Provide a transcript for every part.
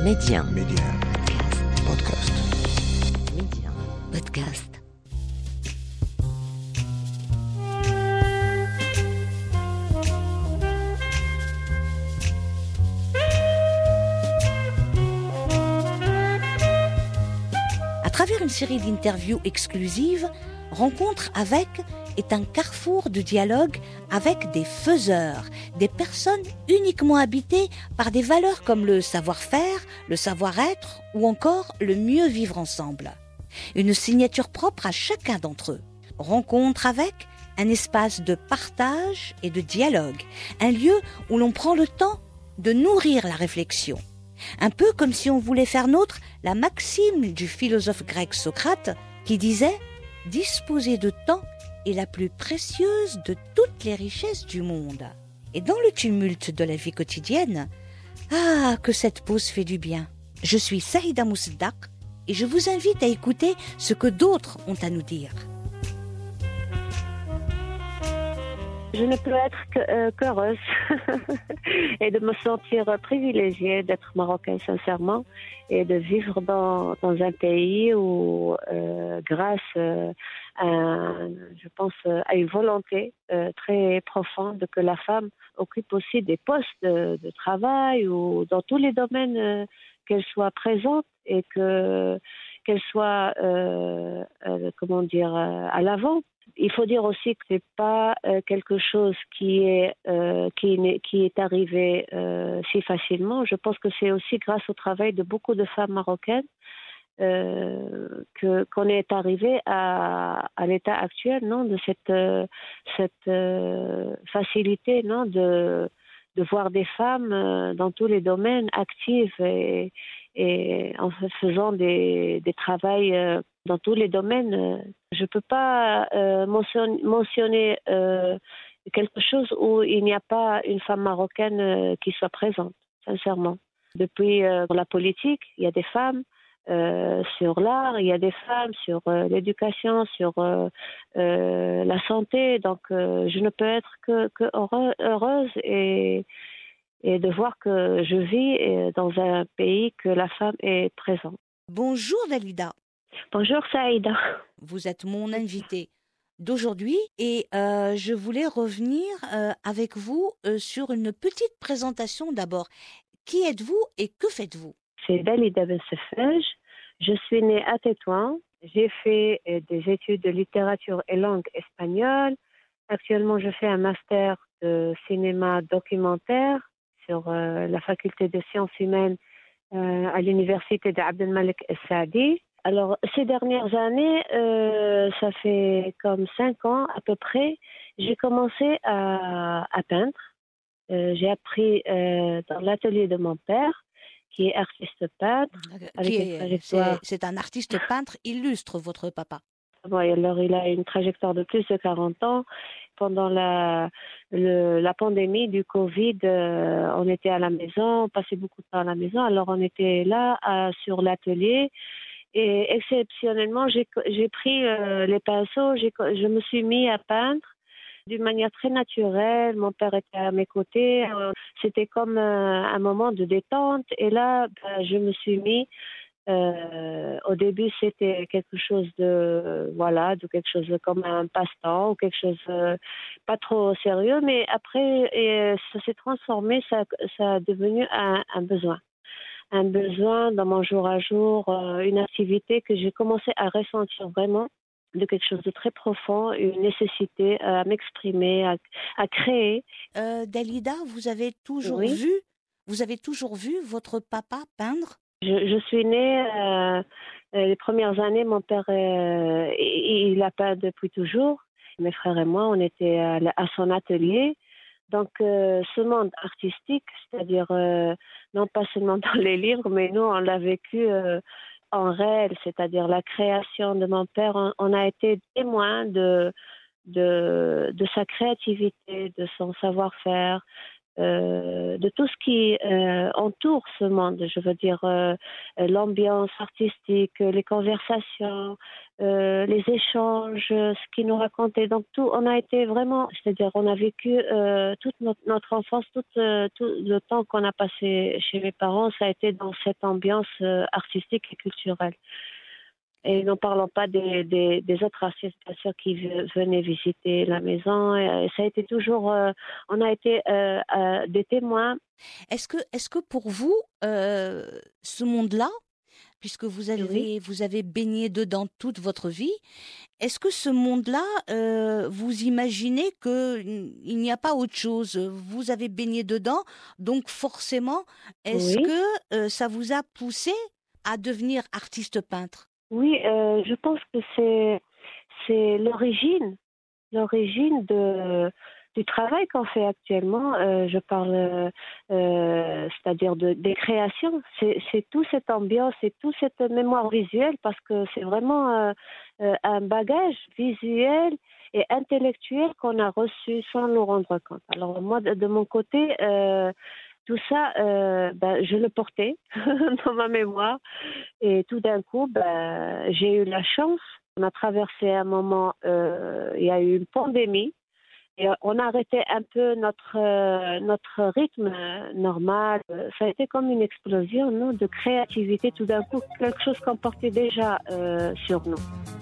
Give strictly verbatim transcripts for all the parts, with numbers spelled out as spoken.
Média. Média. Podcast. Média. Podcast. À travers une série d'interviews exclusives, Rencontre avec est un carrefour de dialogue avec des faiseurs, des personnes uniquement habitées par des valeurs comme le savoir-faire, le savoir-être ou encore le mieux vivre ensemble. Une signature propre à chacun d'entre eux. Rencontre avec un espace de partage et de dialogue, un lieu où l'on prend le temps de nourrir la réflexion. Un peu comme si on voulait faire nôtre la maxime du philosophe grec Socrate qui disait « Disposer de temps est la plus précieuse de toutes les richesses du monde ». Et dans le tumulte de la vie quotidienne, ah, que cette pause fait du bien. Je suis Saïda Mousdak et je vous invite à écouter ce que d'autres ont à nous dire. Je ne peux être que, euh, qu'heureuse et de me sentir privilégiée d'être marocaine sincèrement et de vivre dans, dans un pays où, euh, grâce euh, à, je pense, à une volonté euh, très profonde que la femme occupe aussi des postes de, de travail ou dans tous les domaines euh, qu'elle soit présente et que qu'elle soit, euh, euh, comment dire, euh, à l'avant. Il faut dire aussi que c'est pas euh, quelque chose qui est euh, qui, n'est, qui est arrivé euh, si facilement. Je pense que c'est aussi grâce au travail de beaucoup de femmes marocaines euh, que qu'on est arrivé à, à l'état actuel, non, de cette euh, cette euh, facilité, non, de de voir des femmes euh, dans tous les domaines actives et, et en faisant des des travails euh, dans tous les domaines. Je ne peux pas euh, mentionner, mentionner euh, quelque chose où il n'y a pas une femme marocaine euh, qui soit présente, sincèrement. Depuis euh, la politique, il y a des femmes, euh, sur l'art, il y a des femmes, sur euh, l'éducation, sur euh, euh, la santé. Donc, euh, je ne peux être que, que heureuse et, et de voir que je vis dans un pays que la femme est présente. Bonjour Dalida. Bonjour Saïda. Vous êtes mon invitée d'aujourd'hui et euh, je voulais revenir euh, avec vous euh, sur une petite présentation d'abord. Qui êtes-vous et que faites-vous? C'est Dalida Bensefej. Je suis née à Tétouan. J'ai fait euh, des études de littérature et langue espagnole. Actuellement, je fais un master de cinéma documentaire sur euh, la faculté de sciences humaines euh, à l'université d'Abdelmalek El-Saadi. Alors, ces dernières années, euh, ça fait comme cinq ans à peu près, j'ai commencé à, à peindre. Euh, j'ai appris euh, dans l'atelier de mon père, qui est artiste peintre. Avec qui une est, trajectoire... c'est, c'est un artiste peintre illustre, votre papa. Bon, alors, il a une trajectoire de plus de quarante ans. Pendant la, le, la pandémie du Covid, euh, on était à la maison, on passait beaucoup de temps à la maison. Alors, on était là à, sur l'atelier. Et exceptionnellement, j'ai, j'ai pris euh, les pinceaux, j'ai, je me suis mis à peindre d'une manière très naturelle. Mon père était à mes côtés. Euh, c'était comme euh, un moment de détente. Et là, ben, je me suis mis. Euh, au début, c'était quelque chose de, voilà, de quelque chose de comme un passe-temps ou quelque chose euh, pas trop sérieux. Mais après, et, ça s'est transformé, ça, ça a devenu un, un besoin. un besoin dans mon jour à jour, euh, une activité que j'ai commencé à ressentir vraiment de quelque chose de très profond, une nécessité à m'exprimer, à, à créer. Euh, Dalida, vous avez toujours Oui. vu, vous avez toujours vu votre papa peindre? Je, je suis née, euh, les premières années, mon père, euh, il, il a peint depuis toujours. Mes frères et moi, on était à, à son atelier. Donc, euh, ce monde artistique, c'est-à-dire euh, non pas seulement dans les livres, mais nous, on l'a vécu euh, en réel, c'est-à-dire la création de mon père. On, on a été témoins de, de, de sa créativité, de son savoir-faire, euh, de tout ce qui euh, entoure ce monde. Je veux dire euh, l'ambiance artistique, les conversations, euh, les échanges, ce qu'ils nous racontaient. Donc tout, on a été vraiment, c'est-à-dire on a vécu euh, toute notre, notre enfance, tout, euh, tout le temps qu'on a passé chez mes parents, ça a été dans cette ambiance euh, artistique et culturelle. Et n'en parlons pas des, des, des autres artistes, bien sûr, qui venaient visiter la maison. Et ça a été toujours, euh, on a été euh, euh, des témoins. Est-ce que, est-ce que pour vous, euh, ce monde-là, puisque vous avez, Oui. vous avez baigné dedans toute votre vie, est-ce que ce monde-là, euh, vous imaginez qu'il n'y a pas autre chose? Vous avez baigné dedans, donc forcément, est-ce Oui. que euh, ça vous a poussé à devenir artiste peintre? Oui, euh, je pense que c'est, c'est l'origine, l'origine de, du travail qu'on fait actuellement. Euh, je parle, euh, c'est-à-dire de, des créations. C'est, c'est toute cette ambiance, c'est toute cette mémoire visuelle, parce que c'est vraiment euh, euh, un bagage visuel et intellectuel qu'on a reçu sans nous rendre compte. Alors moi, de, de mon côté, euh, tout ça, euh, ben, je le portais dans ma mémoire. Et tout d'un coup, ben, j'ai eu la chance. On a traversé un moment, euh, il y a eu une pandémie. Et on a arrêté un peu notre, euh, notre rythme normal. Ça a été comme une explosion, non, de créativité. Tout d'un coup, quelque chose qu'on portait déjà euh, sur nous.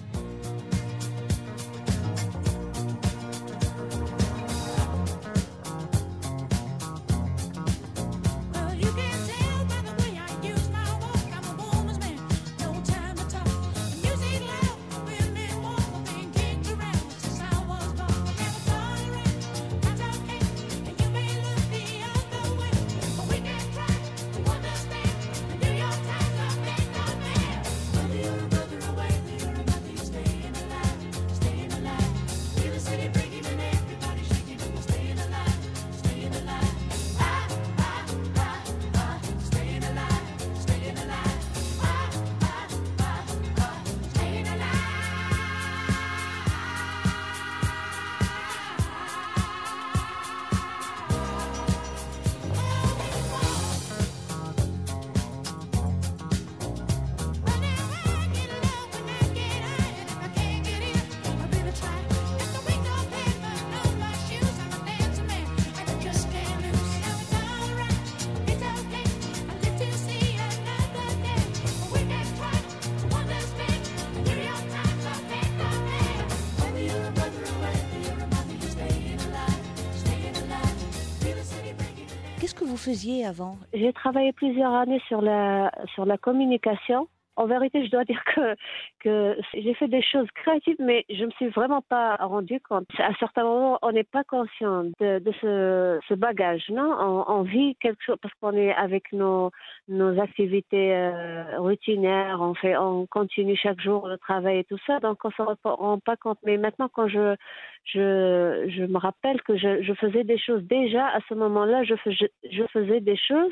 Qu'est-ce que vous faisiez avant? J'ai travaillé plusieurs années sur la, sur la communication. En vérité, je dois dire que, que j'ai fait des choses créatives, mais je ne me suis vraiment pas rendu compte. À certains moments, on n'est pas conscient de, de ce, ce bagage, non? On, on vit quelque chose parce qu'on est avec nos, nos activités euh, routinières, on fait, on continue chaque jour le travail et tout ça, donc on ne s'en rend pas compte. Mais maintenant, quand je, je, je me rappelle que je, je faisais des choses déjà à ce moment-là, je, fais, je, je faisais des choses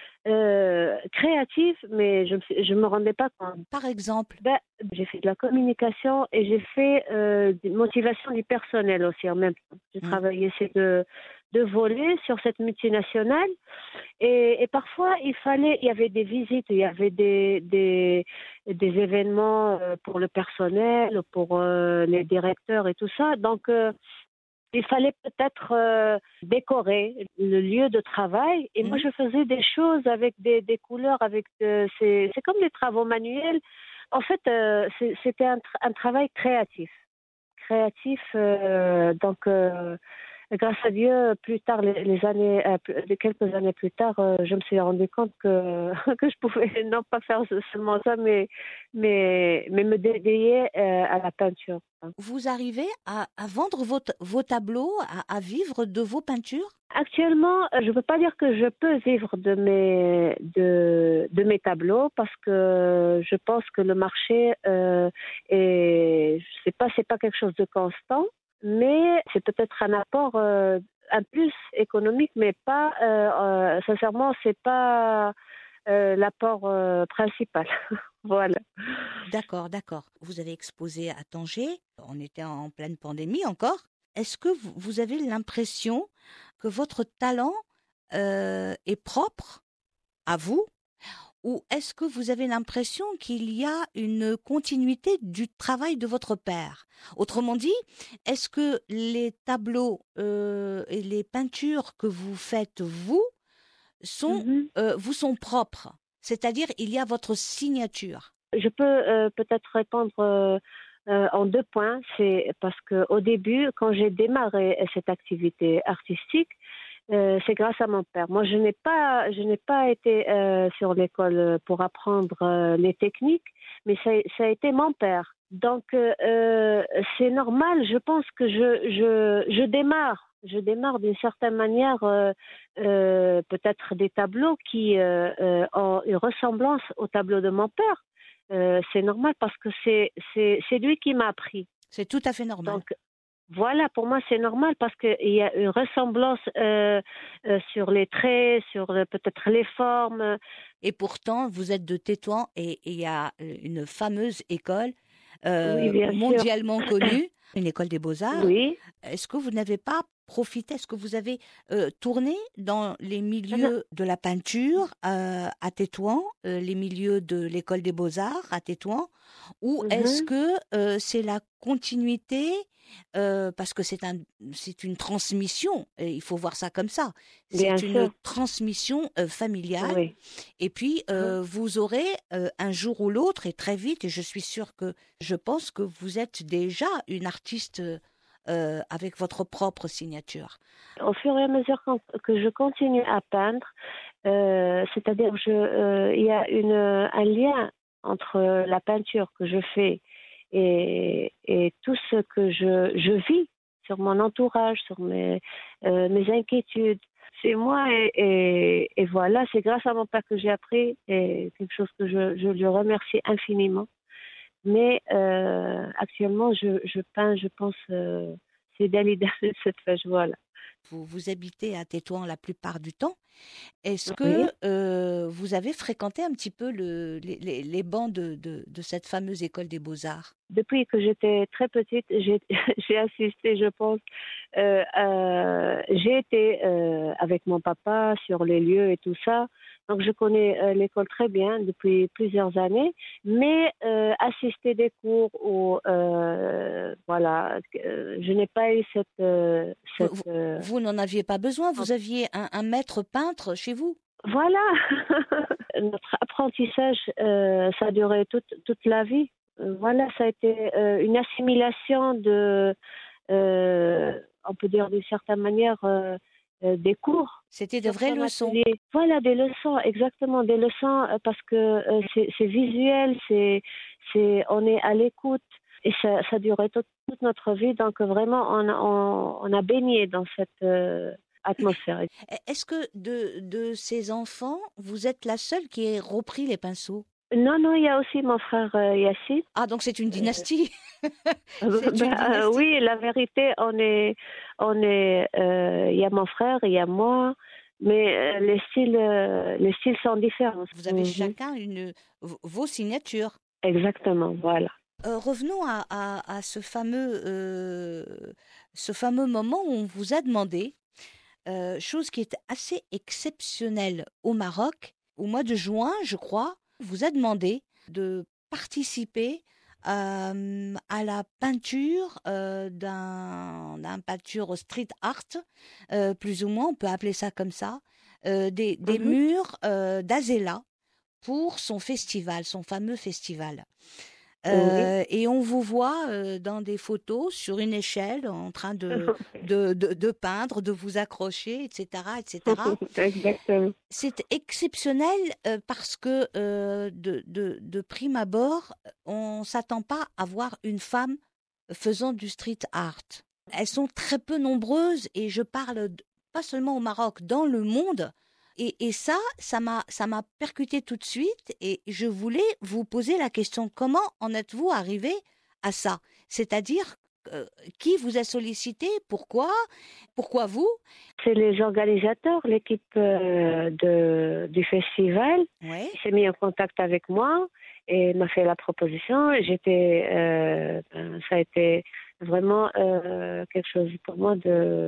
Euh, créative, mais je me, je me rendais pas compte. Par exemple? Ben, j'ai fait de la communication et j'ai fait euh, de motivation du personnel aussi en même temps. J'ai Mmh. travaillé ces deux, deux volets sur cette multinationale et, et parfois il fallait, il y avait des visites, il y avait des, des, des événements euh, pour le personnel, pour euh, les directeurs et tout ça. Donc euh, il fallait peut-être euh, décorer le lieu de travail. Et mmh. moi, je faisais des choses avec des, des couleurs, avec de, c'est, c'est comme des travaux manuels. En fait, euh, c'est, c'était un, tra- un travail créatif. Créatif, euh, donc, euh, grâce à Dieu, plus tard, les, les années, euh, plus, quelques années plus tard, euh, je me suis rendu compte que, que je pouvais non pas faire seulement ça, mais, mais, mais me dédier euh, à la peinture. Vous arrivez à, à vendre vos, vos tableaux, à, à vivre de vos peintures? Actuellement, je ne peux pas dire que je peux vivre de mes, de, de mes tableaux parce que je pense que le marché euh, est, je sais pas, c'est pas quelque chose de constant, mais c'est peut-être un apport, euh, un plus économique, mais pas, euh, euh, sincèrement, c'est pas euh, l'apport euh, principal. Voilà. D'accord, d'accord. Vous avez exposé à Tanger, on était en pleine pandémie encore. Est-ce que vous, vous avez l'impression que votre talent euh, est propre à vous, ou est-ce que vous avez l'impression qu'il y a une continuité du travail de votre père? Autrement dit, est-ce que les tableaux euh, et les peintures que vous faites vous sont Mhm. euh, vous sont propres? C'est-à-dire, il y a votre signature. Je peux euh, peut-être répondre euh, euh, en deux points. C'est parce que au début, quand j'ai démarré cette activité artistique, euh, c'est grâce à mon père. Moi, je n'ai pas, je n'ai pas été euh, sur l'école pour apprendre euh, les techniques, mais ça, ça a été mon père. Donc, euh, euh, c'est normal. Je pense que je, je, je démarre. Je démarre d'une certaine manière euh, euh, peut-être des tableaux qui euh, euh, ont une ressemblance aux tableaux de mon père. Euh, c'est normal parce que c'est, c'est, c'est lui qui m'a appris. C'est tout à fait normal. Donc, voilà, pour moi, c'est normal parce qu'il y a une ressemblance euh, euh, sur les traits, sur euh, peut-être les formes. Et pourtant, vous êtes de Tétouan et il y a une fameuse école euh, Oui, bien sûr. mondialement connue, une école des beaux-arts. Oui. Est-ce que vous n'avez pas profité, est-ce que vous avez euh, tourné dans les milieux de la peinture euh, à Tétouan, euh, les milieux de l'école des beaux-arts à Tétouan, ou Mhm. est-ce que euh, c'est la continuité euh, parce que c'est un, c'est une transmission, et il faut voir ça comme ça. Bien C'est une sûr. transmission euh, familiale. Oui. Et puis, euh, vous aurez euh, un jour ou l'autre, et très vite, et je suis sûre que, je pense que vous êtes déjà une artiste euh, avec votre propre signature. Au fur et à mesure que je continue à peindre, euh, c'est-à-dire je, euh, il y a une, un lien entre la peinture que je fais et, et tout ce que je, je vis sur mon entourage, sur mes, euh, mes inquiétudes. C'est moi et, et, et voilà, c'est grâce à mon père que j'ai appris et quelque chose que je, je lui remercie infiniment. Mais euh, actuellement, je, je peins, je pense, euh, c'est Dali de cette page, voilà. Vous, vous habitez à Tétouan la plupart du temps. Est-ce Oui. que euh, vous avez fréquenté un petit peu le, les, les, les bancs de, de, de cette fameuse école des beaux-arts? Depuis que j'étais très petite, j'ai, j'ai assisté, je pense, euh, euh, j'ai été euh, avec mon papa sur les lieux et tout ça. Donc je connais euh, l'école très bien depuis plusieurs années, mais euh, assister des cours ou euh, voilà, euh, je n'ai pas eu cette. Euh, Vous, cette vous, euh, vous n'en aviez pas besoin, vous aviez un, un maître peintre chez vous? Voilà, notre apprentissage, euh, ça a duré toute, toute la vie. Euh, Voilà, ça a été euh, une assimilation de, euh, on peut dire d'une certaine manière, euh, euh, des cours. C'était de Sur vraies son leçons. atelier. Voilà, des leçons, exactement, des leçons euh, parce que euh, c'est, c'est visuel, c'est, c'est, on est à l'écoute et ça, ça a duré toute, toute notre vie. Donc vraiment, on, on, on a baigné dans cette euh, atmosphère. Est-ce que de, de ces enfants, vous êtes la seule qui ait repris les pinceaux? Non, non, il y a aussi mon frère euh, Yassine. Ah, donc c'est une dynastie. Euh, C'est ben, une euh, dynastie. oui, la vérité, on est, on est, euh, il y a mon frère, il y a moi, mais euh, les styles, euh, les styles sont différents. Vous avez Mhm. chacun une, v- vos signatures. Exactement, voilà. Euh, revenons à, à, à ce fameux, euh, ce fameux moment où on vous a demandé, euh, chose qui est assez exceptionnelle au Maroc, au mois de juin, je crois, on vous a demandé de participer euh, à la peinture euh, d'un, d'un peinture street art, euh, plus ou moins, on peut appeler ça comme ça, euh, des, des Mhm. murs euh, d'Azela pour son festival, son fameux festival. Oui. Euh, et on vous voit euh, dans des photos sur une échelle en train de, de, de, de peindre, de vous accrocher, et cetera, et cetera. Exactement. C'est exceptionnel euh, parce que euh, de, de, de prime abord, on ne s'attend pas à voir une femme faisant du street art. Elles sont très peu nombreuses et je parle de- pas seulement au Maroc, dans le monde. Et, et ça, ça m'a, ça m'a percuté tout de suite et je voulais vous poser la question, comment en êtes-vous arrivé à ça? C'est-à-dire, euh, qui vous a sollicité? Pourquoi? Pourquoi vous? C'est les organisateurs, l'équipe euh, de, du festival, Ouais. qui s'est mis en contact avec moi et m'a fait la proposition. J'étais, euh, ben, ça a été vraiment euh, quelque chose pour moi de,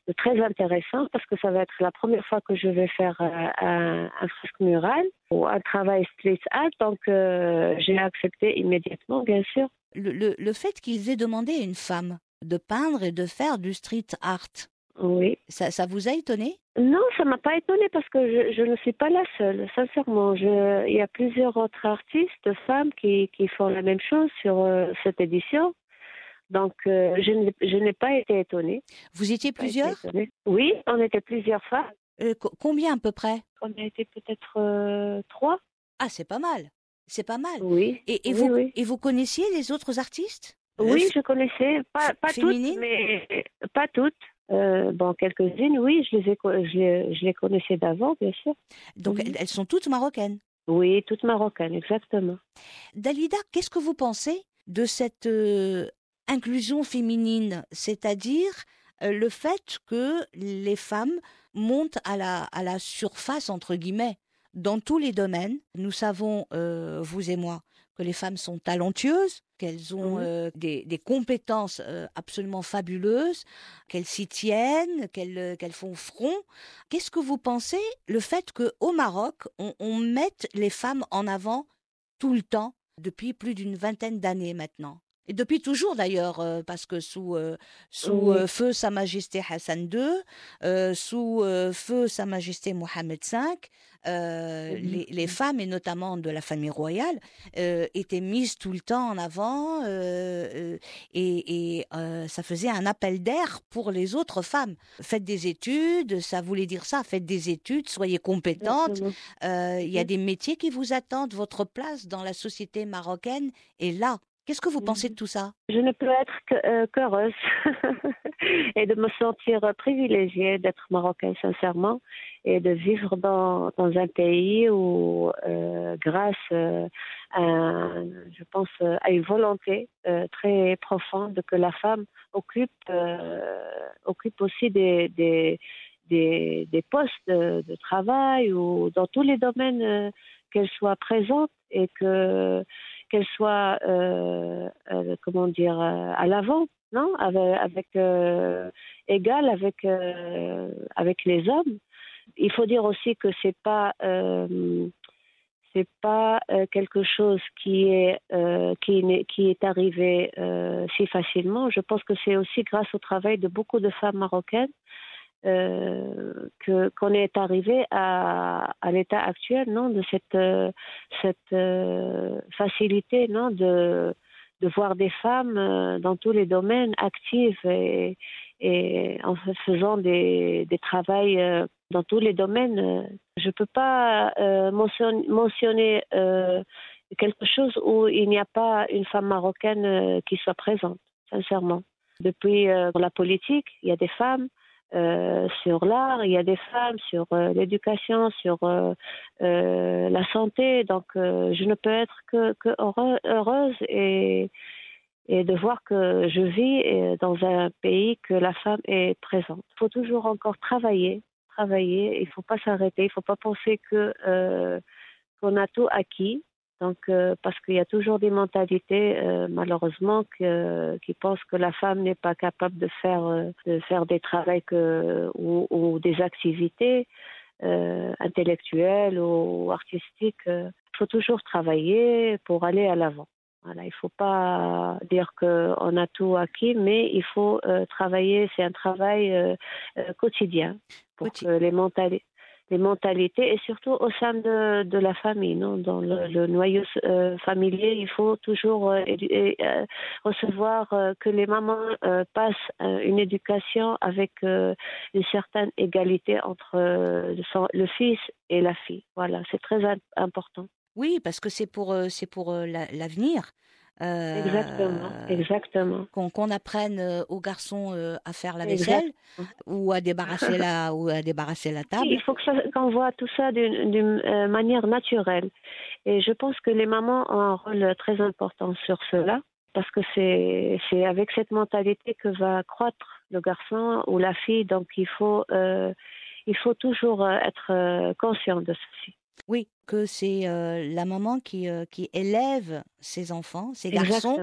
de très intéressant parce que ça va être la première fois que je vais faire euh, un, un fresque mural ou un travail street art. Donc, euh, j'ai accepté immédiatement, bien sûr. Le, le, le fait qu'ils aient demandé à une femme de peindre et de faire du street art, Oui. ça, ça vous a étonné? Non, ça m'a pas étonnée parce que je, je ne suis pas la seule, sincèrement. Je, il y a plusieurs autres artistes, femmes, qui, qui font la même chose sur euh, cette édition. Donc, euh, je, n'ai, je n'ai pas été étonnée. Vous étiez plusieurs? Oui, on était plusieurs femmes. Euh, co- combien à peu près? On a été peut-être euh, trois. Ah, c'est pas mal. C'est pas mal. Oui. Et, et, oui, vous, oui. et vous connaissiez les autres artistes? Oui, Euh, je connaissais. Pas, pas toutes, féminines? mais pas toutes. Euh, bon, quelques-unes, oui, je les, ai, je, les, je les connaissais d'avant, bien sûr. Donc, Mhm. elles, elles sont toutes marocaines. Oui, toutes marocaines, exactement. Dalida, qu'est-ce que vous pensez de cette euh, inclusion féminine, c'est-à-dire euh, le fait que les femmes montent à la, à la surface, entre guillemets, dans tous les domaines. Nous savons, euh, vous et moi, que les femmes sont talentueuses, qu'elles ont Mhm. euh, des, des compétences euh, absolument fabuleuses, qu'elles s'y tiennent, qu'elles, euh, qu'elles font front. Qu'est-ce que vous pensez le fait qu'au Maroc, on, on mette les femmes en avant tout le temps, depuis plus d'une vingtaine d'années maintenant? Et depuis toujours d'ailleurs, euh, parce que sous, euh, sous Oui. euh, feu Sa Majesté Hassan deux, euh, sous euh, feu Sa Majesté Mohamed cinq, euh, Mhm. les, les femmes, et notamment de la famille royale, euh, étaient mises tout le temps en avant, euh, euh, et, et euh, ça faisait un appel d'air pour les autres femmes. Faites des études, ça voulait dire ça, faites des études, soyez compétentes, Exactement. euh, il y a Mhm. des métiers qui vous attendent, votre place dans la société marocaine est là. Qu'est-ce que vous pensez de tout ça? Je ne peux être que, euh, qu'heureuse et de me sentir privilégiée d'être marocaine, sincèrement, et de vivre dans, dans un pays où, euh, grâce euh, à, je pense, euh, à une volonté euh, très profonde que la femme occupe, euh, occupe aussi des, des, des, des postes de, de travail ou dans tous les domaines, euh, qu'elle soit présente et que qu'elle soit, euh, euh, comment dire, euh, à l'avant, non, avec, avec euh, égale avec euh, avec les hommes. Il faut dire aussi que c'est pas euh, c'est pas euh, quelque chose qui est euh, qui, n'est, qui est arrivé euh, si facilement. Je pense que c'est aussi grâce au travail de beaucoup de femmes marocaines euh, que qu'on est arrivé à, à l'état actuel, non, de cette euh, cette euh, facilité, non, de de voir des femmes euh, dans tous les domaines actives et, et en faisant des des travails euh, dans tous les domaines. Euh, Je peux pas euh, mentionner, mentionner euh, quelque chose où il n'y a pas une femme marocaine euh, qui soit présente, sincèrement. Depuis euh, la politique, il y a des femmes. Euh, sur l'art, il y a des femmes, sur euh, l'éducation, sur euh, euh, la santé. Donc, euh, je ne peux être que, que heureux- heureuse et, et de voir que je vis euh, dans un pays que la femme est présente. Il faut toujours encore travailler, travailler. Il ne faut pas s'arrêter. Il ne faut pas penser que euh, qu'on a tout acquis. Donc, euh, parce qu'il y a toujours des mentalités, euh, malheureusement, que, qui pensent que la femme n'est pas capable de faire, euh, de faire des travaux que, ou, ou des activités euh, intellectuelles ou artistiques. Il faut toujours travailler pour aller à l'avant. Voilà, il ne faut pas dire qu'on a tout acquis, mais il faut euh, travailler. C'est un travail euh, euh, quotidien pour Quoti- que les mentalités les mentalités et surtout au sein de, de la famille, non, dans le, le noyau euh, familier, il faut toujours euh, édu- et, euh, recevoir euh, que les mamans euh, passent euh, une éducation avec euh, une certaine égalité entre euh, son- le fils et la fille. Voilà, c'est très im- important. Oui, parce que c'est pour, euh, c'est pour euh, la- l'avenir. Exactement, Euh, exactement, qu'on qu'on apprenne euh, aux garçons euh, à faire la vaisselle exactement. ou à débarrasser la, ou à débarrasser la table. Il faut que ça, qu'on voit tout ça d'une, d'une euh, manière naturelle. Et je pense que les mamans ont un rôle très important sur cela, parce que c'est, c'est avec cette mentalité que va croître le garçon ou la fille. Donc il faut, euh, il faut toujours euh, être euh, conscient de ceci. Oui, que c'est euh, la maman qui, euh, qui élève ses enfants, ses garçons, Exactement.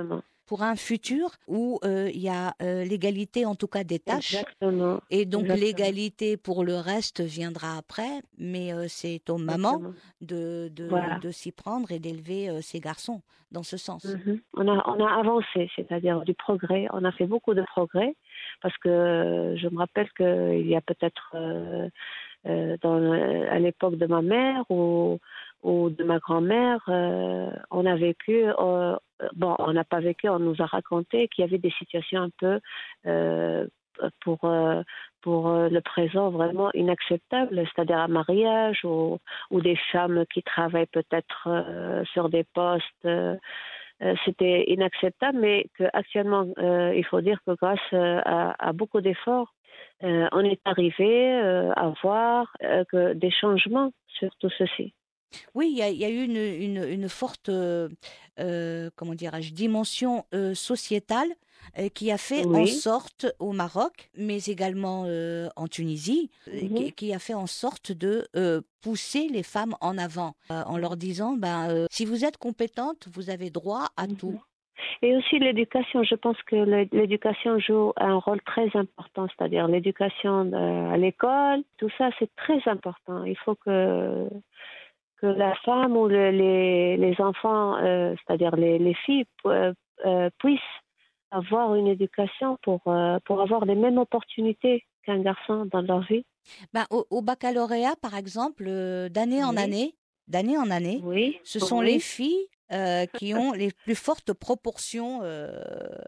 pour un futur où euh, il y a euh, l'égalité, en tout cas des tâches. Exactement. Et donc Exactement. l'égalité pour le reste viendra après, mais euh, c'est aux mamans Exactement. de, de, Voilà. de s'y prendre et d'élever euh, ces garçons dans ce sens. Mhm. On a, on a avancé, c'est-à-dire du progrès. On a fait beaucoup de progrès parce que euh, je me rappelle qu'il y a peut-être euh, euh, dans, à l'époque de ma mère ou, ou de ma grand-mère, euh, on a vécu, euh, bon, on n'a pas vécu, on nous a raconté qu'il y avait des situations un peu euh, pour euh, pour euh, le présent vraiment inacceptables, c'est-à-dire un mariage ou, ou des femmes qui travaillent peut-être euh, sur des postes. Euh, euh, c'était inacceptable, mais qu'actuellement, euh, il faut dire que grâce euh, à, à beaucoup d'efforts, euh, on est arrivé euh, à voir euh, que des changements sur tout ceci. Oui, il y a, il y a eu une, une, une forte, euh, euh, comment dirais-je, dimension euh, sociétale euh, qui a fait en Oui. sorte au Maroc, mais également euh, en Tunisie, euh, Mhm. qui, qui a fait en sorte de euh, pousser les femmes en avant, euh, en leur disant, ben, euh, si vous êtes compétente, vous avez droit à Mhm. tout. Et aussi l'éducation, je pense que le- l'éducation joue un rôle très important, c'est-à-dire l'éducation euh, à l'école, tout ça c'est très important. Il faut que que la femme ou le- les, les enfants, euh, c'est-à-dire les, les filles, euh, euh, puissent avoir une éducation pour, euh, pour avoir les mêmes opportunités qu'un garçon dans leur vie. Ben, au, au baccalauréat, par exemple, euh, d'année en Oui, année, d'année en année, oui, ce sont les oui, filles euh, qui ont les plus fortes proportions euh,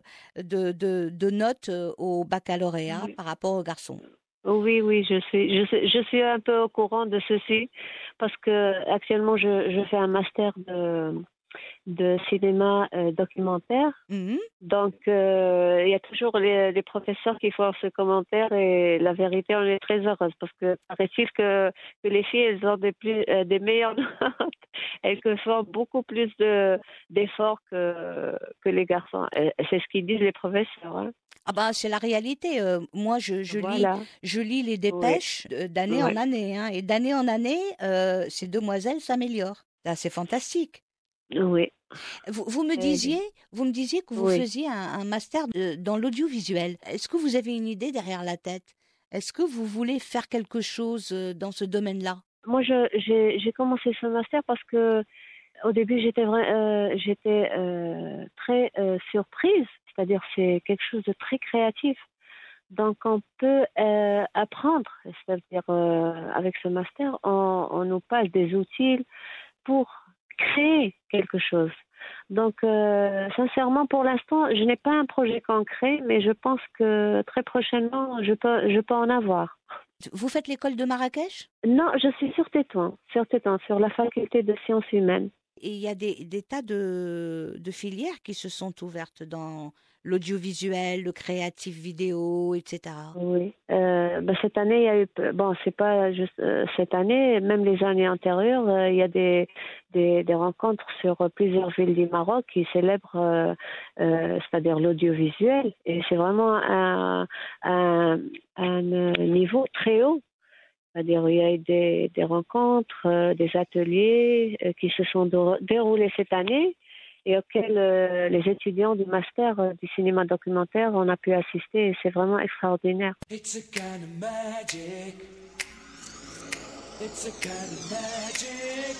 de, de, de notes euh, au baccalauréat oui. par rapport aux garçons. Oui, oui, je suis, je suis, je suis un peu au courant de ceci parce que actuellement je, je fais un master de, de cinéma euh, documentaire. Mhm. Donc, euh, il y a toujours les, les professeurs qui font ce commentaire et la vérité, on est très heureuse parce que paraît-il que, que les filles, elles ont des, plus, euh, des meilleures notes et que font beaucoup plus de, d'efforts que, que les garçons. Et c'est ce qu'ils disent les professeurs. Hein. Ah ben, c'est la réalité. Euh, moi, je, je lis, Voilà. je lis les Oui. dépêches euh, d'année en Oui. année, hein, et d'année en année, euh, ces demoiselles s'améliorent. Là, c'est fantastique. Oui. Vous, vous me Et- disiez, vous me disiez que vous oui. faisiez un, un master de- dans l'audiovisuel. Est-ce que vous avez une idée derrière la tête? Est-ce que vous voulez faire quelque chose euh, dans ce domaine-là? Moi, je, j'ai, j'ai commencé ce master parce que au début, j'étais, vra- euh, j'étais euh, très euh, surprise. C'est-à-dire, c'est quelque chose de très créatif. Donc, on peut euh, apprendre. C'est-à-dire, euh, avec ce master, on, on nous passe des outils pour créer quelque chose. Donc, euh, sincèrement, pour l'instant, je n'ai pas un projet concret, mais je pense que très prochainement, je peux, je peux en avoir. Vous faites l'école de Marrakech? Non, je suis sur Tétouan, sur Tétouan, sur la faculté de sciences humaines. Et il y a des, des tas de, de filières qui se sont ouvertes dans l'audiovisuel, le créatif vidéo, et cetera. Oui. Euh, ben, cette année, il y a eu, bon, c'est pas juste euh, cette année, même les années antérieures, euh, il y a des, des, des rencontres sur plusieurs villes du Maroc qui célèbrent, euh, euh, c'est-à-dire l'audiovisuel. Et c'est vraiment un, un, un niveau très haut. C'est-à-dire, il y a eu des, des rencontres, euh, des ateliers euh, qui se sont do- déroulés cette année et auxquels euh, les étudiants du master euh, du cinéma documentaire on a pu assister et c'est vraiment extraordinaire. It's a kind of magic. It's a kind of magic.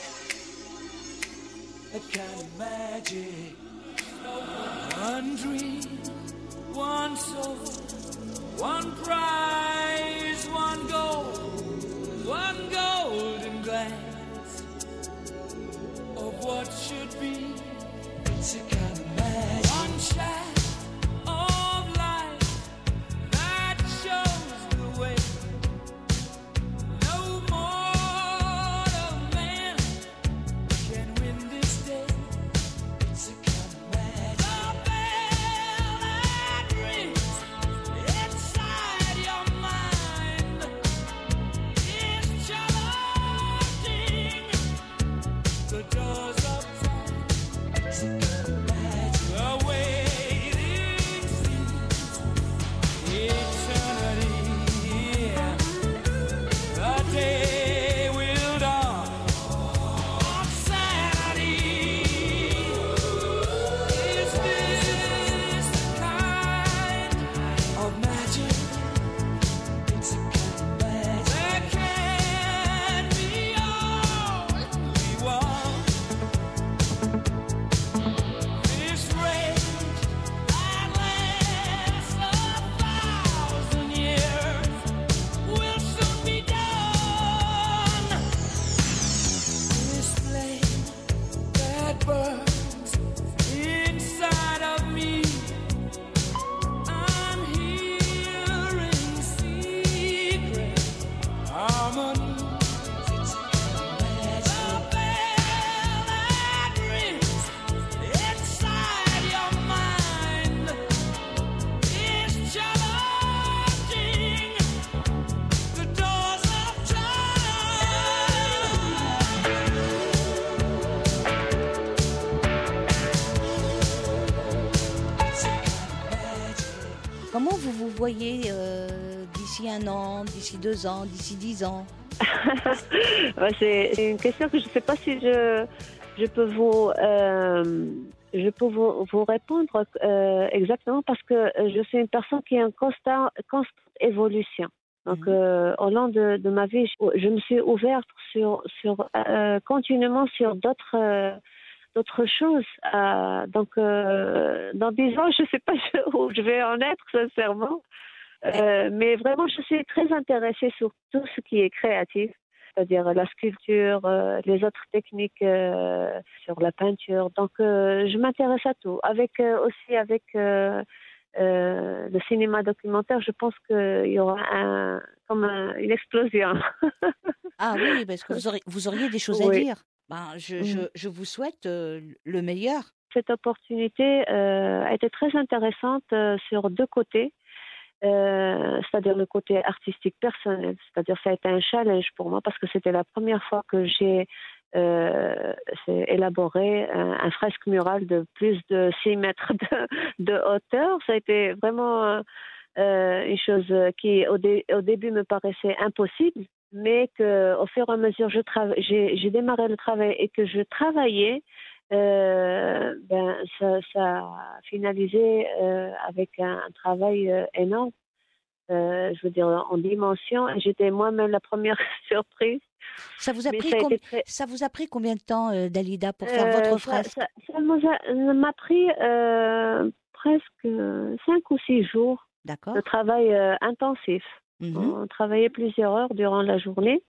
A kind of magic. One dream, one soul, one prize, one goal, one golden glance of what should be. It's a kind of magic. One shot of light that shows the way. No mortal man can win this day. It's a kind of magic. The bell that rings inside your mind is challenging the doors of time. It's a kind of magic. The waiting seems eternity. The day will dawn on Saturday. Is this burns inside of me. I'm hearing secret harmonies. The bell that rings inside your mind is challenging the doors of Comment vous vous voyez euh, d'ici un an, d'ici deux ans, d'ici dix ans? Ouais, c'est c'est une question que je ne sais pas si je, je peux vous, euh, je peux vous, vous répondre euh, exactement parce que je suis une personne qui est en constant, constante évolution. Donc, Mhm. euh, au long de, de ma vie, je, je me suis ouverte sur, sur, euh, continuellement sur d'autres, euh, d'autres choses. Euh, donc, euh, dans dix ans, je ne sais pas où je vais en être, sincèrement. Euh, mais vraiment, je suis très intéressée sur tout ce qui est créatif, c'est-à-dire la sculpture, euh, les autres techniques euh, sur la peinture. Donc, euh, je m'intéresse à tout. Avec euh, aussi avec euh, euh, le cinéma documentaire, je pense qu'il y aura un, comme un- une explosion. Ah oui, parce que vous auriez, vous auriez des choses à Oui. dire. Ben, je, je, Mhm. je vous souhaite euh, le meilleur. Cette opportunité euh, a été très intéressante euh, sur deux côtés. Euh, c'est-à-dire le côté artistique personnel, c'est-à-dire ça a été un challenge pour moi parce que c'était la première fois que j'ai euh, c'est élaboré un, un fresque mural de plus de six mètres de, de hauteur. Ça a été vraiment euh, une chose qui au, dé, au début me paraissait impossible, mais qu'au fur et à mesure je trava- j'ai, j'ai démarré le travail et que je travaillais, euh, ben, ça, ça a finalisé euh, avec un, un travail euh, énorme, euh, je veux dire en dimension. Et j'étais moi-même la première surprise, Ça vous a mais pris, ça a com- été très. ça vous a pris combien de temps, euh, Dalida, pour faire Euh, votre ça, fresque? ça, ça m'a ça m'a pris euh, presque cinq ou six jours de D'accord. travail euh, intensif. Mhm. On travaillait plusieurs heures durant la journée.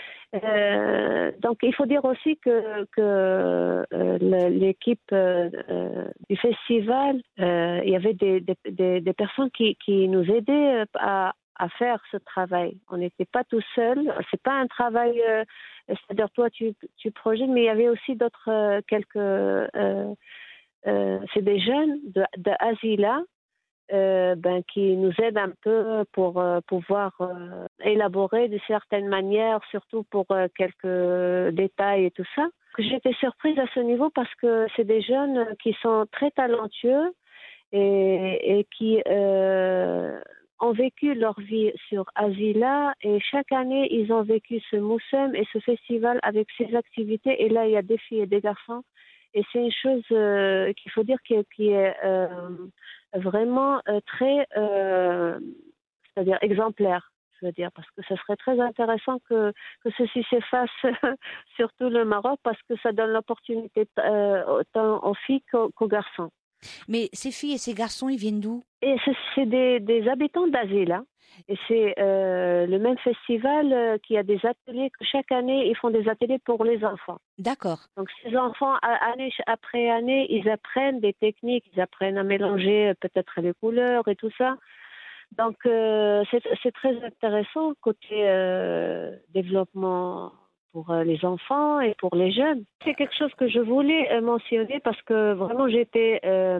Euh, donc, il faut dire aussi que, que euh, le- l'équipe euh, euh, du festival, euh, il y avait des, des, des, des personnes qui, qui nous aidaient euh, à, à faire ce travail. On n'était pas tout seul. C'est pas un travail, euh, c'est-à-dire toi tu, tu projettes, mais il y avait aussi d'autres euh, quelques. Euh, euh, c'est des jeunes de, de Asila euh, ben, qui nous aident un peu pour euh, pouvoir euh, élaborer de certaines manières, surtout pour euh, quelques détails et tout ça. J'étais surprise à ce niveau parce que c'est des jeunes qui sont très talentueux et, et qui euh, ont vécu leur vie sur Asila et chaque année ils ont vécu ce Moussem et ce festival avec ses activités et là il y a des filles et des garçons et c'est une chose euh, qu'il faut dire qui est, qui est euh, vraiment euh, très, euh, c'est-à-dire exemplaire, je veux dire, parce que ce serait très intéressant que, que ceci s'efface sur tout le Maroc parce que ça donne l'opportunité euh, autant aux filles qu'aux, qu'aux garçons. Mais ces filles et ces garçons, ils viennent d'où? Et c'est, c'est des, des habitants d'Asile, hein. Et c'est euh, le même festival euh, qui a des ateliers, que chaque année, ils font des ateliers pour les enfants. D'accord. Donc ces enfants, a- année après année, ils apprennent des techniques, ils apprennent à mélanger euh, peut-être les couleurs et tout ça. Donc euh, c'est, c'est très intéressant côté euh, développement pour euh, les enfants et pour les jeunes. C'est quelque chose que je voulais euh, mentionner parce que vraiment j'étais euh,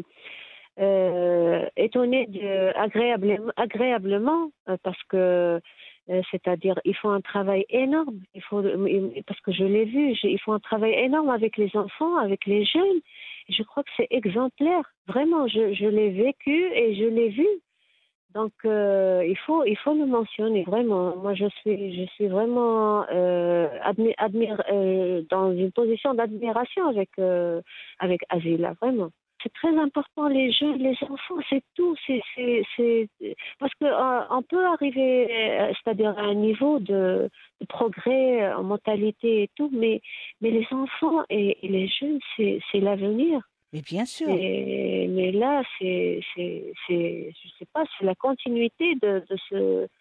euh, étonnée de, agréablement, agréablement euh, parce que euh, c'est-à-dire ils font un travail énorme. Il faut, parce que je l'ai vu, j'ai- ils font un travail énorme avec les enfants, avec les jeunes. Je crois que c'est exemplaire. Vraiment, je, je l'ai vécu et je l'ai vu. Donc euh, il faut il faut le mentionner vraiment. Moi je suis je suis vraiment euh, admi- admire, euh, dans une position d'admiration avec euh, avec Asila, vraiment. C'est très important les jeunes, les enfants, c'est tout. C'est c'est c'est parce que euh, on peut arriver, euh, c'est-à-dire à un niveau de, de progrès euh, en mentalité et tout, mais mais les enfants et, et les jeunes c'est c'est l'avenir. Mais bien sûr. Et, mais là, c'est, c'est, c'est, je sais pas, c'est la continuité de, de ce,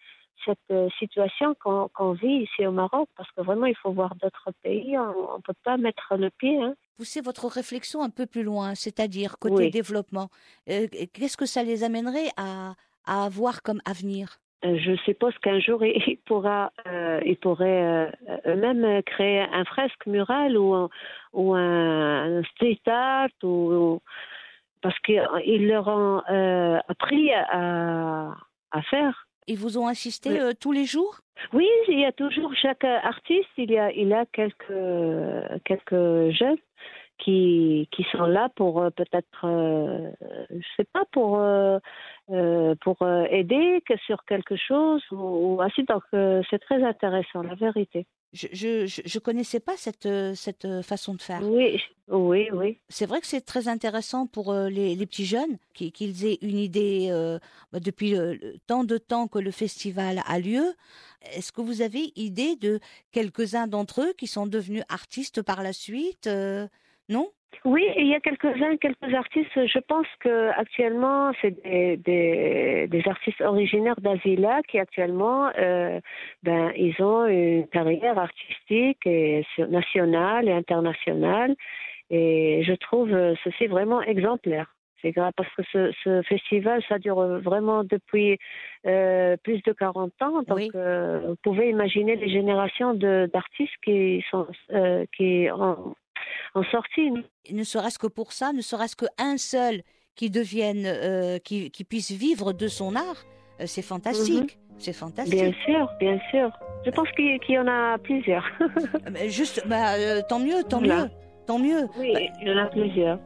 cette euh, situation qu'on qu'on vit ici au Maroc, parce que vraiment, il faut voir d'autres pays. On ne peut pas mettre le pied. Hein. Poussez votre réflexion un peu plus loin, c'est-à-dire côté Oui. développement. Euh, Qu'est-ce que ça les amènerait à, à avoir comme avenir? Euh, Je suppose qu'un jour, il il pourra, euh, ils pourraient euh, eux-mêmes créer un fresque mural ou, un- ou un, un street art, ou, parce qu'ils leur ont euh, appris à, à faire. Ils vous ont assisté Oui. euh, tous les jours? Oui, il y a toujours chaque artiste, il y a, il a quelques, quelques jeunes qui, qui sont là pour euh, peut-être, euh, je sais pas, pour, euh, euh, pour euh, aider que sur quelque chose ou, ou ainsi. Donc, euh, c'est très intéressant, la vérité. Je je, je, je connaissais pas cette, euh, cette euh, façon de faire. Oui, oui, oui. C'est vrai que c'est très intéressant pour euh, les, les petits jeunes qui- qu'ils aient une idée euh, bah, depuis le- le- tant de temps que le festival a lieu. Est-ce que vous avez idée de quelques-uns d'entre eux qui sont devenus artistes par la suite euh, Non? Oui, il y a quelques-uns, quelques artistes. Je pense que actuellement, c'est des, des, des artistes originaires d'Avila qui actuellement, euh, ben, ils ont une carrière artistique et sur- nationale et internationale. Et je trouve euh, ceci vraiment exemplaire. C'est grave parce que ce, ce festival, ça dure vraiment depuis euh, plus de quarante ans. Donc, Oui. euh, vous pouvez imaginer les générations de, d'artistes qui sont euh, qui ont, ont sorti. Ne serait-ce que pour ça, ne serait-ce qu'un seul qui devienne, euh, qui, qui puisse vivre de son art, euh, c'est fantastique. C'est Bien fantastique. sûr, bien sûr. Je pense qu'il qu'il y en a plusieurs. Euh, mais juste, bah, euh, tant mieux, tant Voilà. mieux, tant mieux. Oui, Bah, il y en a plusieurs.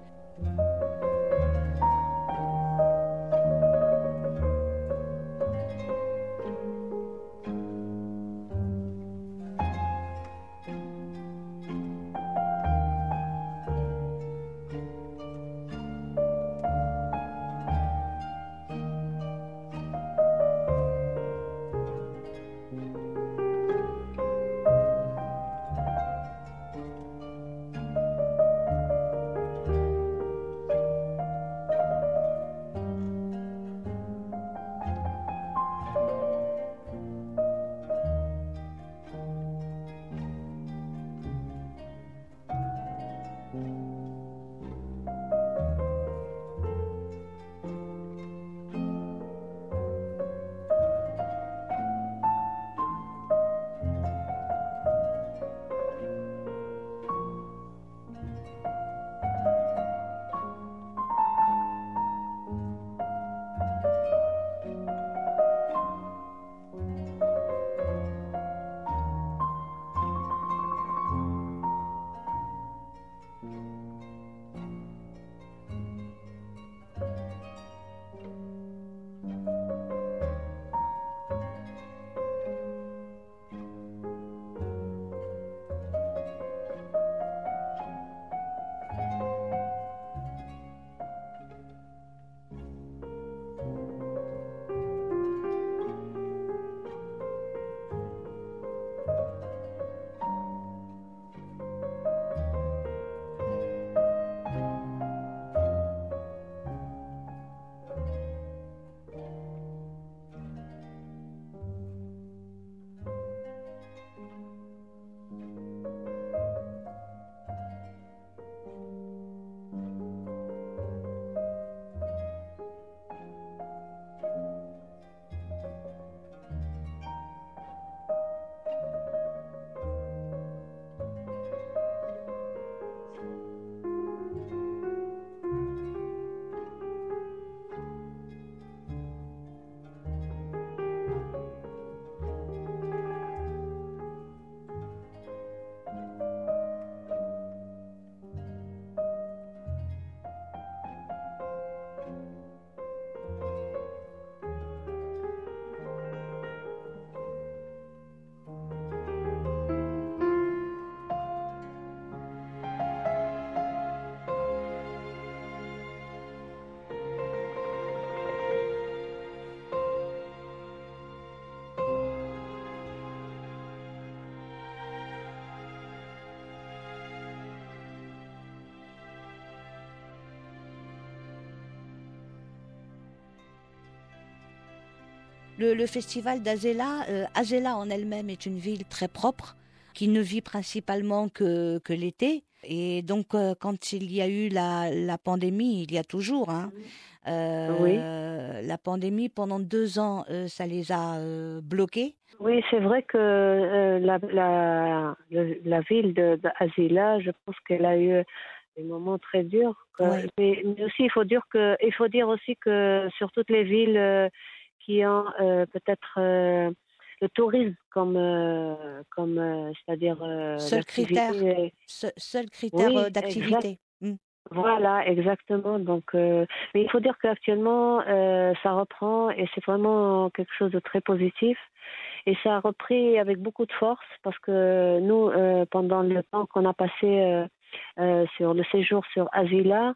Le, le festival d'Azela, euh, Azela en elle-même est une ville très propre, qui ne vit principalement que, que l'été. Et donc, euh, quand il y a eu la, la pandémie, il y a toujours, hein, euh, Oui. la pandémie, pendant deux ans, euh, ça les a euh, bloqués. Oui, c'est vrai que euh, la, la, le- la ville de, de Azila, je pense qu'elle a eu des moments très durs. que- Ouais. mais, mais aussi, il faut dire que, il faut dire aussi que sur toutes les villes euh, qui ont euh, peut-être euh, le tourisme comme, euh, comme euh, c'est-à-dire euh, Seul critère, l'activité. se- seul critère euh, Oui, exact. d'activité. Mm. Voilà, exactement. Donc, euh, mais il faut dire qu'actuellement, euh, ça reprend et c'est vraiment quelque chose de très positif. Et ça a repris avec beaucoup de force parce que nous, euh, pendant le temps qu'on a passé euh, euh, sur le séjour sur Azila,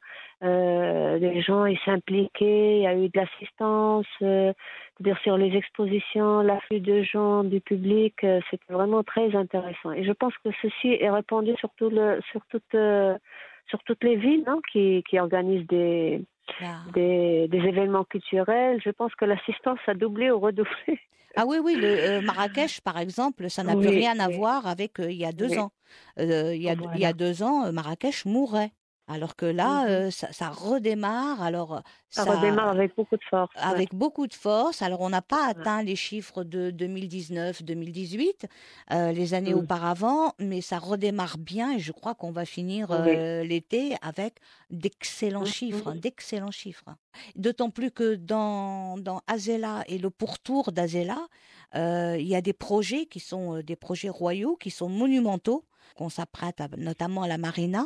euh, les gens ils s'impliquaient, il y a eu de l'assistance, euh, c'est-à-dire sur les expositions, l'afflux de gens, du public, euh, c'était vraiment très intéressant. Et je pense que ceci est répandu sur, tout le, sur, toute, euh, sur toutes les villes hein, qui, qui organisent des, Là. des, des événements culturels. Je pense que l'assistance a doublé ou redoublé. Ah oui, oui, le euh, Marrakech, par exemple, ça n'a plus Oui, rien à oui, voir avec euh, il y a deux oui. ans. Euh, il y a, il y a Voilà. deux ans, euh, Marrakech mourait. Alors que là, Mhm. euh, ça, ça redémarre. Alors, euh, Ça redémarre ça, avec beaucoup de force. Ouais. avec beaucoup de force. Alors, on n'a pas Ouais. atteint les chiffres de deux mille dix-neuf, deux mille dix-huit, euh, les années Mhm. auparavant, mais ça redémarre bien et je crois qu'on va finir Oui. euh, l'été avec d'excellents chiffres, hein, Mhm. d'excellents chiffres. D'autant plus que dans, dans Azela et le pourtour d'Azela, euh, il y a des projets qui sont euh, des projets royaux, qui sont monumentaux, qu'on s'apprête à, notamment à la marina,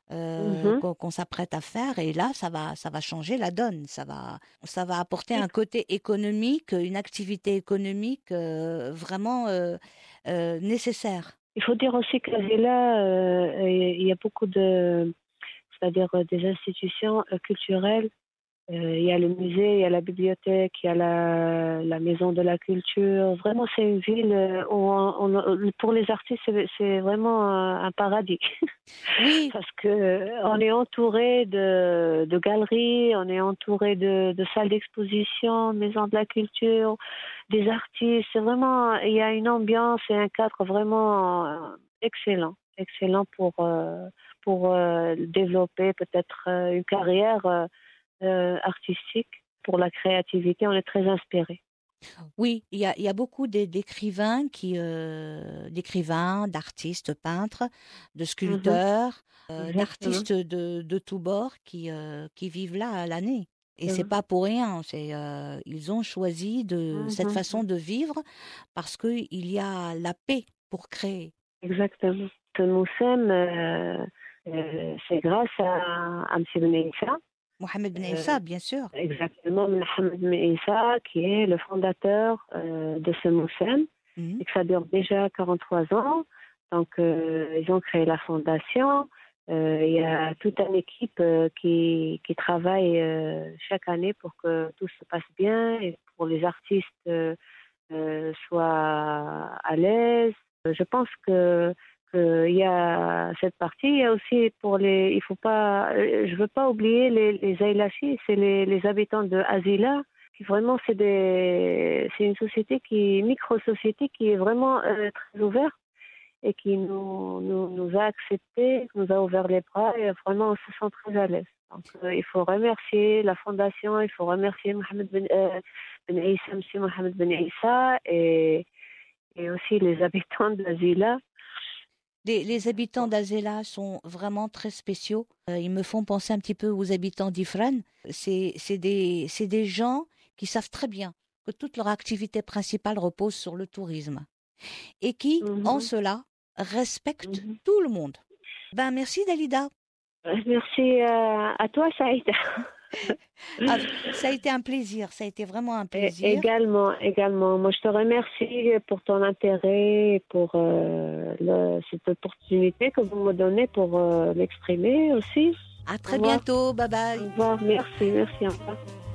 euh, Mhm. qu'on qu'on s'apprête à faire. Et là, ça va, ça va changer la donne. Ça va, ça va apporter Oui. un côté économique, une activité économique euh, vraiment euh, euh, nécessaire. Il faut dire aussi qu'à Zéla, euh, il y a beaucoup de, c'est-à-dire euh, des institutions euh, culturelles. Euh, il y a le musée, il y a la bibliothèque, il y a la, la maison de la culture. Vraiment, c'est une ville euh, où on, on- pour les artistes, c'est c'est vraiment un, un paradis. Oui, Parce que euh, on est entouré de, de galeries, on est entouré de, de salles d'exposition, maisons de la culture, des artistes. C'est vraiment, il y a une ambiance et un cadre vraiment euh, excellent, excellent pour euh, pour euh, développer peut-être euh, une carrière euh, euh, artistique. Pour la créativité, on est très inspiré. oui, il y a, il y a beaucoup d'é- d'écrivains qui, euh, d'écrivains, d'artistes, peintres, de Mhm, sculpteurs, euh, exactement. d'artistes de, de tous bords qui, euh, qui vivent là à l'année. Et C'est c'est vrai. pas pour rien. C'est, euh, ils ont choisi de cette Mhm, façon de vivre parce que il y a la paix pour créer. exactement. Ce Moussem, euh, euh, c'est grâce à, à M. Benaïssa. Mohamed Ben Euh, Issa, bien sûr. exactement, Mohamed Ben Issa, qui est le fondateur euh, de ce Moussem, Mhm. et que ça dure déjà quarante-trois ans. Donc, euh, ils ont créé la fondation. Euh, il y a toute une équipe euh, qui, qui travaille euh, chaque année pour que tout se passe bien et pour les artistes euh, euh, soient à l'aise. Je pense que qu'il y a cette partie. Il y a aussi pour les, il faut pas, euh, je veux pas oublier les, les Aïlachis, c'est les, les habitants de Azila. Qui vraiment, c'est des, c'est une société qui, micro-société qui est vraiment euh, très ouverte et qui nous, nous, nous a acceptés, nous a ouvert les bras et vraiment on se sent très à l'aise. Donc euh, il faut remercier la fondation, il faut remercier Mohamed Ben, euh, ben Issa, Monsieur Mohamed Ben Issa et, et aussi les habitants de Azila. Les, les habitants d'Azela sont vraiment très spéciaux. Euh, ils me font penser un petit peu aux habitants d'Ifrane. C'est, c'est des, c'est des gens qui savent très bien que toute leur activité principale repose sur le tourisme et qui, en Mhm, cela, respectent mhm. tout le monde. Ben, merci Dalida. Merci euh, à toi, Saïda. Ah, ça a été un plaisir, ça a été vraiment un Et- plaisir. Également, également. Moi, je te remercie pour ton intérêt et pour euh, le- cette opportunité que vous me donnez pour euh, m'exprimer aussi. À Au très revoir. bientôt, bye Au bye. revoir. Merci, merci. Au revoir.